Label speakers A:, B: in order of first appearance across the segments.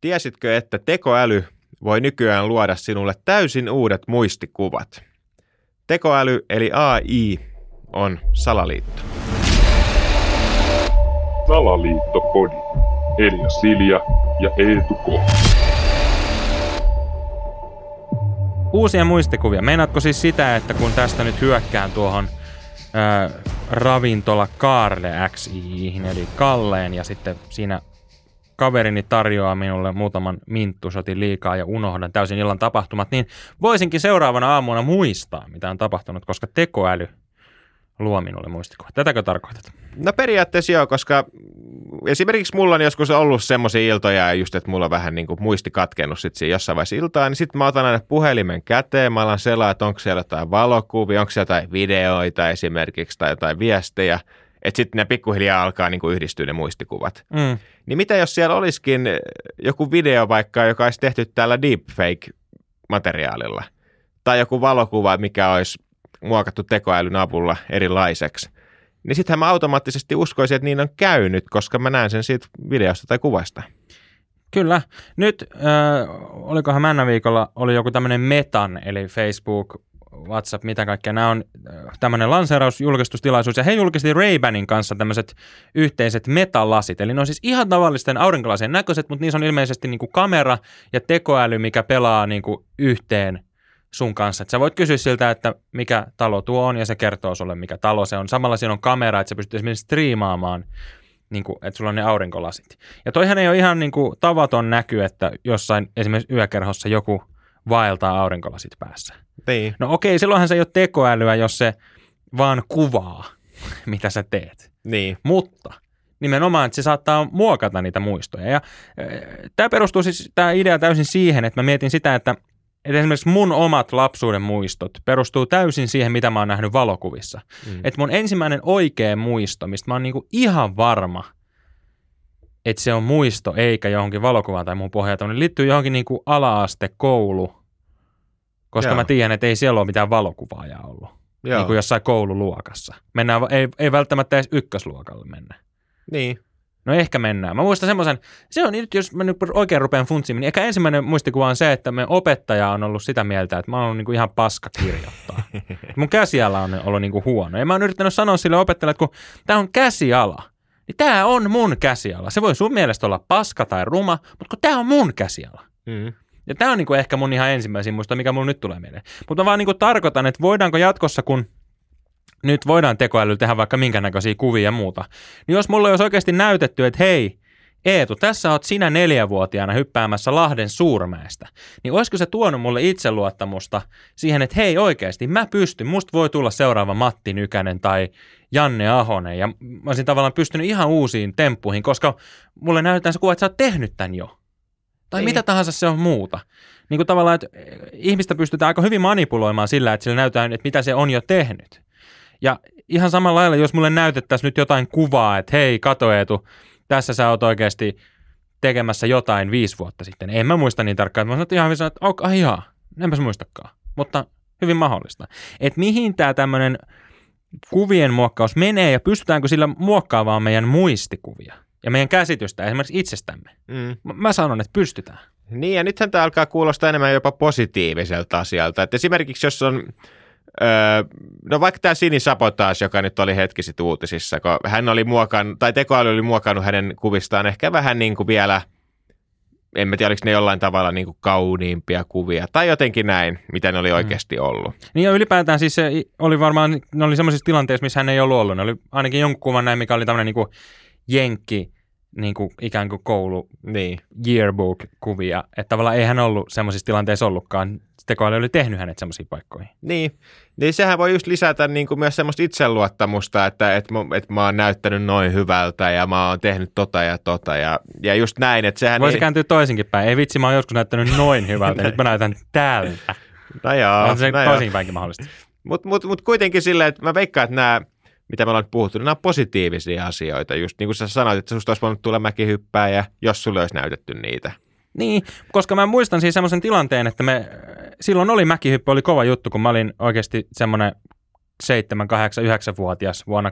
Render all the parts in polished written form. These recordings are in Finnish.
A: Tiesitkö, että tekoäly voi nykyään luoda sinulle täysin uudet muistikuvat? Tekoäly eli AI on salaliitto.
B: Salaliittopodi. Elia Silja ja Eetu K.
C: Uusia muistikuvia. Meinaatko siis sitä, että kun tästä nyt hyökkään tuohon ravintola Kaarle XI:hin, eli Kalleen, ja sitten siinä kaverini tarjoaa minulle muutaman minttusotin liikaa ja unohdan täysin illan tapahtumat, niin voisinkin seuraavana aamuna muistaa, mitä on tapahtunut, koska tekoäly luo minulle muistikuvat. Tätäkö tarkoitat?
A: No periaatteessa joo, koska esimerkiksi mulla on joskus ollut semmoisia iltoja, just että mulla on vähän niin kuin muisti katkennut sit siinä jossain vaiheessa iltaa, niin sitten mä otan aina puhelimen käteen, mä alan selaa, että onko siellä jotain valokuvia, onko siellä jotain videoita esimerkiksi tai jotain viestejä, että sitten ne pikkuhiljaa alkaa niin kuin yhdistyä ne muistikuvat. Niin mitä jos siellä olisikin joku video vaikka, joka olisi tehty täällä deepfake-materiaalilla, tai joku valokuva, mikä olisi muokattu tekoälyn avulla erilaiseksi, niin sittenhän mä automaattisesti uskoisin, että niin on käynyt, koska mä näen sen siitä videosta tai kuvasta.
C: Kyllä. Nyt, olikohan männä viikolla, oli joku tämmöinen Metan, eli Facebook, WhatsApp, mitä kaikkea. Nämä on tämmöinen lanseeraus, julkistustilaisuus, ja he julkisti Ray-Banin kanssa tämmöiset yhteiset metalasit. Eli ne on siis ihan tavallisten aurinkolasien näköiset, mutta niissä on ilmeisesti niin kuin kamera ja tekoäly, mikä pelaa niin kuin yhteen sun kanssa. Että sä voit kysyä siltä, että mikä talo tuo on, ja se kertoo sulle, mikä talo se on. Samalla siinä on kamera, että sä pystyt esimerkiksi striimaamaan, niin kuin, että sulla on ne aurinkolasit. Ja toihan ei ole ihan niin kuin tavaton näky, että jossain esimerkiksi yökerhossa joku vaeltaa aurinkolasit päässä.
A: Niin.
C: No okei, silloinhan se ei ole tekoälyä, jos se vaan kuvaa, mitä sä teet.
A: Niin.
C: Mutta nimenomaan, että se saattaa muokata niitä muistoja. Ja tämä perustuu siis, tämä idea täysin siihen, että mä mietin sitä, että esimerkiksi mun omat lapsuuden muistot perustuu täysin siihen, mitä mä oon nähnyt valokuvissa. Että mun ensimmäinen oikea muisto, mistä mä oon niinku ihan varma, että se on muisto eikä johonkin valokuvaan tai muun pohjalta, niin liittyy johonkin niinku ala-aste, koulu, koska mä tiedän, että ei siellä ole mitään valokuvaajaa ollut. Niin kuin jossain koululuokassa. Mennään, ei välttämättä edes ykkösluokalle mennä.
A: Niin.
C: No ehkä mennään. Mä muistan semmoisen, se on nyt, jos mä nyt oikein rupean funtsimaan, niin ehkä ensimmäinen muistikuva on se, että meidän opettaja on ollut sitä mieltä, että mä oon ollut niin kuin ihan paska kirjoittaa. Mun käsiala on ollut niin kuin huono. Ja mä oon yrittänyt sanoa sille opettajalle, että kun tää on käsiala, niin tää on mun käsiala. Se voi sun mielestä olla paska tai ruma, mutta kun tää on mun käsiala. Ja tää on niin kuin ehkä mun ihan ensimmäisin muisto, mikä mulla nyt tulee mieleen. Mutta mä vaan niin kuin tarkoitan, että voidaanko jatkossa, kun nyt voidaan tekoälyllä tehdä vaikka minkä näköisiä kuvia ja muuta. Niin jos mulla olisi oikeasti näytetty, että hei, Eetu, tässä oot sinä 4-vuotiaana hyppäämässä Lahden Suurmäestä, niin olisiko se tuonut mulle itseluottamusta siihen, että hei oikeasti, mä pystyn, musta voi tulla seuraava Matti Nykänen tai Janne Ahonen, ja mä olisin tavallaan pystynyt ihan uusiin temppuihin, koska mulle näytetään se kuva, että sä oot tehnyt tämän jo. Tai mitä tahansa se on muuta. Niin kuin tavallaan, että ihmistä pystytään aika hyvin manipuloimaan sillä, että sillä näytetään, että mitä se on jo tehnyt. Ja ihan samalla lailla, jos mulle näytettäisiin nyt jotain kuvaa, että hei, kato Eetu, tässä sä oot oikeasti tekemässä jotain 5 vuotta sitten. En mä muista niin tarkkaan, että mä sanoin ihan että jaa, enpäs muistakaan. Mutta hyvin mahdollista. Että mihin tämä tämmöinen kuvien muokkaus menee ja pystytäänkö sillä muokkaamaan meidän muistikuvia ja meidän käsitystä esimerkiksi itsestämme. Mä sanon, että pystytään.
A: Niin, ja nythän tämä alkaa kuulostaa enemmän jopa positiiviselta asialta. Että esimerkiksi jos on no vaikka tämä Sini Sabotage, joka nyt oli hetki sitten uutisissa, kun hän oli tai tekoäly oli muokannut hänen kuvistaan ehkä vähän niin kuin vielä, en tiedä oliko ne jollain tavalla niin kuin kauniimpia kuvia, tai jotenkin näin, mitä ne oli oikeasti ollut.
C: Niin ja ylipäätään siis se oli varmaan, ne oli semmoisissa tilanteissa, missä hän ei ollut. Ne oli ainakin jonkun kuvan näin, mikä oli tämmöinen niin kuin jenkki, niin kuin ikään kuin koulu yearbook-kuvia, että tavallaan ei hän ollut semmoisissa tilanteissa ollutkaan. Tekoäly oli tehnyt hänet semmoisiin paikkoihin.
A: Niin sehän voi just lisätä niin kuin myös semmoista itseluottamusta, että mä oon näyttänyt noin hyvältä ja mä oon tehnyt tota ja just näin, että sehän
C: voisi kääntyä toisinkin päin. Ei vitsi, mä oon joskus näyttänyt noin hyvältä ja nyt mä näytän tältä.
A: No joo.
C: On se toisinkin päinkin mahdollista.
A: Mut kuitenkin silleen, että mä veikkaan, että nämä, mitä me ollaan puhuttu, niin nämä on positiivisia asioita. Just niin kuin sä sanoit, että susta olisi voinut tulla mäkihyppääjä, jos sulle olisi näytetty niitä. Niin, koska mä muistan siis semmoisen tilanteen, että silloin oli mäkihyppy, oli kova juttu, kun mä olin oikeasti semmoinen 7, 8, 9-vuotias vuonna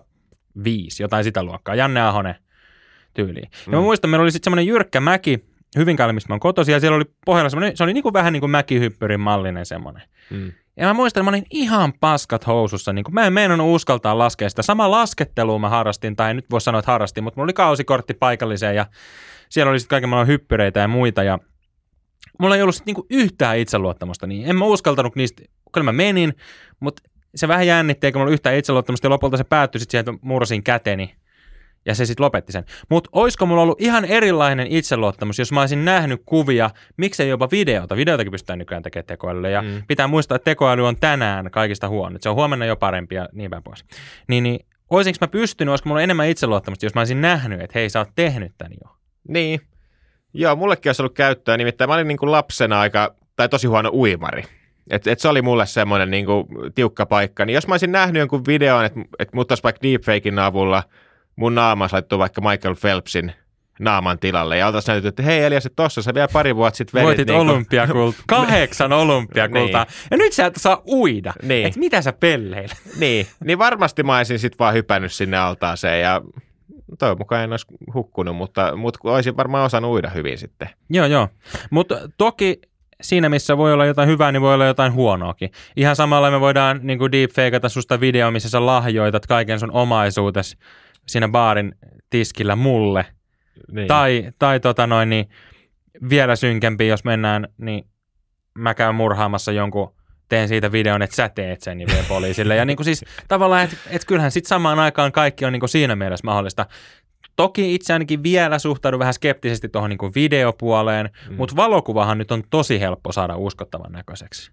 A: 2005, jotain sitä luokkaa, Janne Ahonen tyyliin. Ja mä muistan, meillä oli sitten semmoinen jyrkkä mäki,
C: Hyvinkäällä, mistä mä oon kotoisin, ja siellä oli pohjalla semmoinen, se oli niin kuin vähän niin kuin mäkihyppyrin mallinen semmoinen. Ja mä muistan, että mä olin ihan paskat housussa, niin kuin mä en meinannut uskaltaa laskea sitä. Sama laskettelua mä harrastin, tai nyt voisi sanoa, että harrastin, mutta mulla oli kausikortti paikalliseen, ja siellä oli sitten kaiken maailman hyppyreitä ja muita, ja mulla ei ollut sitten niinku yhtään itseluottamusta, niin en mä uskaltanut niistä, kyllä mä menin, mutta se vähän jännitti, eikä mulla ollut yhtään itseluottamusta, ja lopulta se päättyi sitten siihen, että mursin käteni, ja se sitten lopetti sen. Mutta olisiko mulla ollut ihan erilainen itseluottamus, jos mä olisin nähnyt kuvia, miksei jopa videota. Videotakin pystytään nykyään tekemään tekoälyllä, ja pitää muistaa, että tekoäly on tänään kaikista huono. Se on huomenna jo parempi ja niin päin pois. Niin olisinko mä pystynyt, olisiko mulla enemmän itseluottamusta, jos mä olisin nähnyt, että hei, sä oot tehnyt tän jo.
A: Niin. Joo, mullekin olisi ollut käyttöä, nimittäin mä olin niin kuin lapsena tosi huono uimari. Et se oli mulle semmoinen niin kuin tiukka paikka. Niin jos mä olisin nähnyt jonkun videon, että mut olisi vaikka deepfakein avulla mun naama laittuu vaikka Michael Phelpsin naaman tilalle. Ja oltaisiin näytetty, että hei Elias, tossa sä vielä pari vuotta sitten vedit.
C: Voitit olympiakultaa, 8 olympiakultaa. Niin. Ja nyt sä et saa uida.
A: Niin.
C: Että mitä sä pelleilet?
A: Niin varmasti mä olisin sitten vaan hypännyt sinne altaaseen ja toivon mukaan en olisi hukkunut, mutta olisin varmaan osannut uida hyvin sitten.
C: Joo. Mutta toki siinä, missä voi olla jotain hyvää, niin voi olla jotain huonoakin. Ihan samalla me voidaan niin kuin deepfakeata susta video, missä sä lahjoitat kaiken sun omaisuutesi siinä baarin tiskillä mulle. Niin. Tai niin vielä synkempi, jos mennään, niin mä käyn murhaamassa jonkun, teen siitä videon, että sä teet sen ja vie poliisille. Ja niin kuin siis tavallaan, että kyllähän sitten samaan aikaan kaikki on niin kuin siinä mielessä mahdollista. Toki itse ainakin vielä suhtaudun vähän skeptisesti tuohon niin kuin videopuoleen, mutta valokuvahan nyt on tosi helppo saada uskottavan näköiseksi.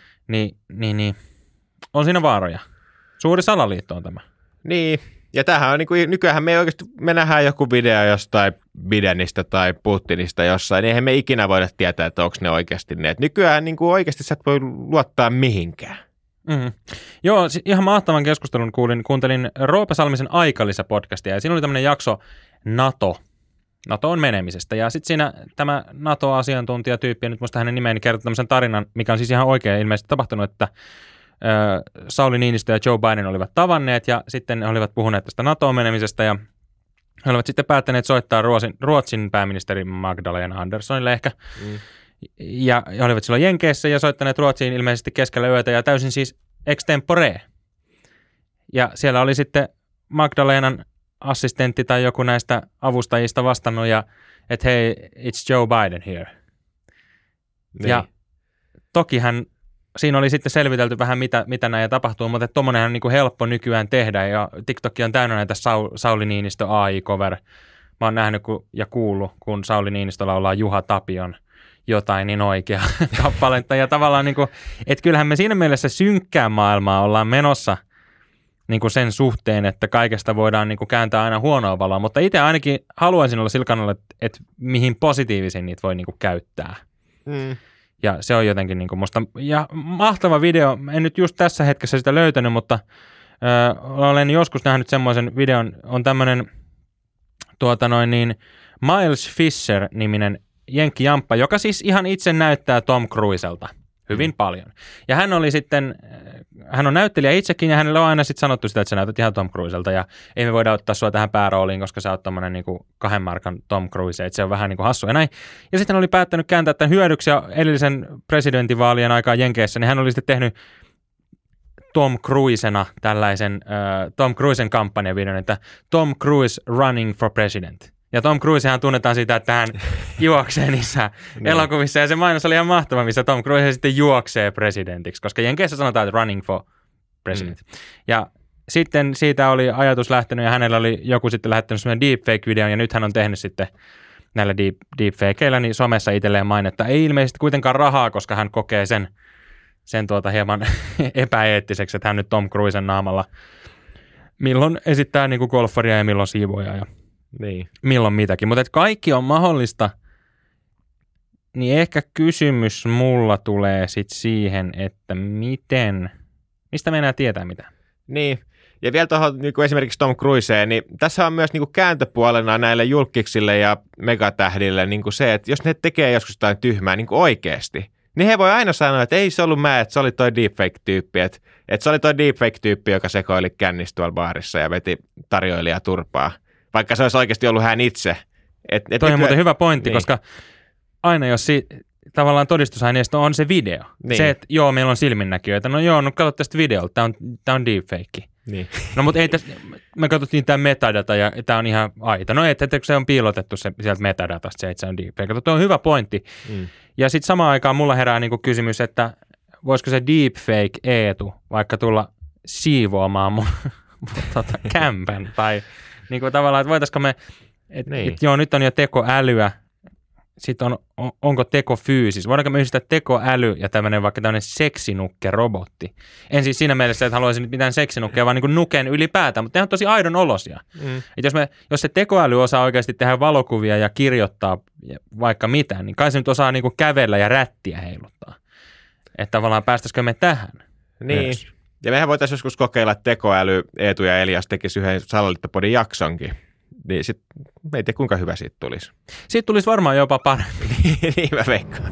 C: Niin, on siinä vaaroja. Suuri salaliitto on tämä.
A: Niin, ja tämähän on niin kuin, nykyään me nähdään joku video jostain Bidenistä tai Putinista jossain, niin eihän me ikinä voida tietää, että onko ne oikeasti ne. Et nykyään niin kuin oikeasti sä et voi luottaa mihinkään.
C: Joo, ihan mahtavan keskustelun kuuntelin Roope Salmisen Aikalisä-podcastia, ja siinä oli tämmöinen jakso NATOon menemisestä, ja sitten siinä tämä NATO-asiantuntijatyyppi, ja nyt muista hänen nimeen, kertoi tämmöisen tarinan, mikä on siis ihan oikein ilmeisesti tapahtunut, että Sauli Niinistö ja Joe Biden olivat tavanneet, ja sitten ne olivat puhuneet tästä NATOon menemisestä, ja he olivat sitten päättäneet soittaa Ruotsin pääministeri Magdalena Anderssonille ehkä, ja olivat silloin Jenkeissä ja soittaneet Ruotsiin ilmeisesti keskellä yötä ja täysin siis extempore. Ja siellä oli sitten Magdalenan assistentti tai joku näistä avustajista vastannut ja että hei, it's Joe Biden here. Niin. Ja tokihan siinä oli sitten selvitelty vähän mitä näin tapahtuu, mutta tuommoinenhan on niin kuin helppo nykyään tehdä ja TikTok on täynnä näitä Sauli Niinistö AI-cover. Mä oon nähnyt ja kuullut, kun Sauli Niinistö laulaa Juha Tapion jotain niin oikea kappaletta ja tavallaan niin kuin, että kyllähän me siinä mielessä synkkään maailmaa ollaan menossa niin kuin sen suhteen, että kaikesta voidaan niin kuin kääntää aina huonoa valoa, mutta itse ainakin haluaisin olla sillä kannalla, että mihin positiivisiin niitä voi niin kuin käyttää. Ja se on jotenkin niin kuin musta, ja mahtava video, en nyt just tässä hetkessä sitä löytänyt, mutta olen joskus nähnyt semmoisen videon, on tämmöinen Miles Fisher-niminen jenkkijamppa, joka siis ihan itse näyttää Tom Cruiselta hyvin paljon. Ja hän oli sitten, hän on näyttelijä itsekin ja hänelle on aina sitten sanottu sitä, että sä näytät ihan Tom Cruiselta ja ei me voida ottaa sua tähän päärooliin, koska sä oot tommonen niinku 2 markan Tom Cruise, että se on vähän niinku hassu ja näin. Ja sitten hän oli päättänyt kääntää tämän hyödyksi ja edellisen presidentinvaalien aikaa Jenkeissä, niin hän oli sitten tehnyt Tom Cruisena tällaisen Tom Cruisen kampanjavideon, että Tom Cruise running for president. Ja Tom Cruisehan tunnetaan siitä, että hän juoksee niissä elokuvissa, ja se mainos oli ihan mahtava, missä Tom Cruise sitten juoksee presidentiksi, koska Jenkeissä sanotaan, että running for president. Ja sitten siitä oli ajatus lähtenyt, ja hänellä oli joku sitten lähettänyt semmoinen deepfake-videon, ja nyt hän on tehnyt sitten näillä deepfakeilla niin somessa itselleen mainetta. Ei ilmeisesti kuitenkaan rahaa, koska hän kokee sen hieman epäeettiseksi, että hän nyt Tom Cruisen naamalla milloin esittää niin kuin golfaria ja milloin siivoja ja
A: niin.
C: Milloin mitäkin. Mutta kaikki on mahdollista, niin ehkä kysymys mulla tulee sitten siihen, että mistä me enää tietää mitä.
A: Niin, ja vielä tuohon niin esimerkiksi Tom Cruiseen, niin tässä on myös niin kuin kääntöpuolena näille julkiksille ja megatähdille niin kuin se, että jos ne tekee joskus jotain tyhmää niin kuin oikeasti, niin he voi aina sanoa, että ei se ollut mä, että se oli toi deepfake-tyyppi, että se oli toi deepfake-tyyppi, joka sekoili kännissä tuolla baarissa ja veti tarjoilijaa turpaa. Vaikka se olisi oikeasti ollut hän itse.
C: Toi on muuten hyvä pointti, niin. Koska aina jos tavallaan todistusaineisto on se video.
A: Niin.
C: Se, että joo, meillä on silminnäkijöitä. No joo, no katso tästä videolta, tämä on deepfake.
A: Niin.
C: No mutta ei me katsottiin tämä metadata ja tämä on ihan aito. No että se on piilotettu sieltä metadatasta se, että se on deepfake. Kato, tuo on hyvä pointti. Ja sitten samaan aikaan mulla herää niinku kysymys, että voisiko se deepfake Eetu vaikka tulla siivoamaan mun kämpän tai niinku tavallaan, että voitaisiko me, että joo, nyt on jo tekoälyä, sitten onko teko fyysis? Voidaanko me yhdistää tekoäly ja vaikka tämmöinen seksinukke-robotti? En siis siinä mielessä, että haluaisin nyt mitään seksinukkeja, vaan niin kuin nuken ylipäätään, mutta ne on tosi aidon olosia. Että jos se tekoäly osaa oikeasti tehdä valokuvia ja kirjoittaa vaikka mitään, niin kai se nyt osaa niin kuin kävellä ja rättiä heiluttaa. Että tavallaan päästäisikö me tähän?
A: Niin. Myös. Ja mehän voitaisiin joskus kokeilla, että tekoäly Eetu ja Elias tekisi yhden Salaliittopodin jaksonkin. Niin sit, me ei tiedä, kuinka hyvä siitä tulisi.
C: Siitä tulisi varmaan jopa parempi.
A: Niin mä veikkaan.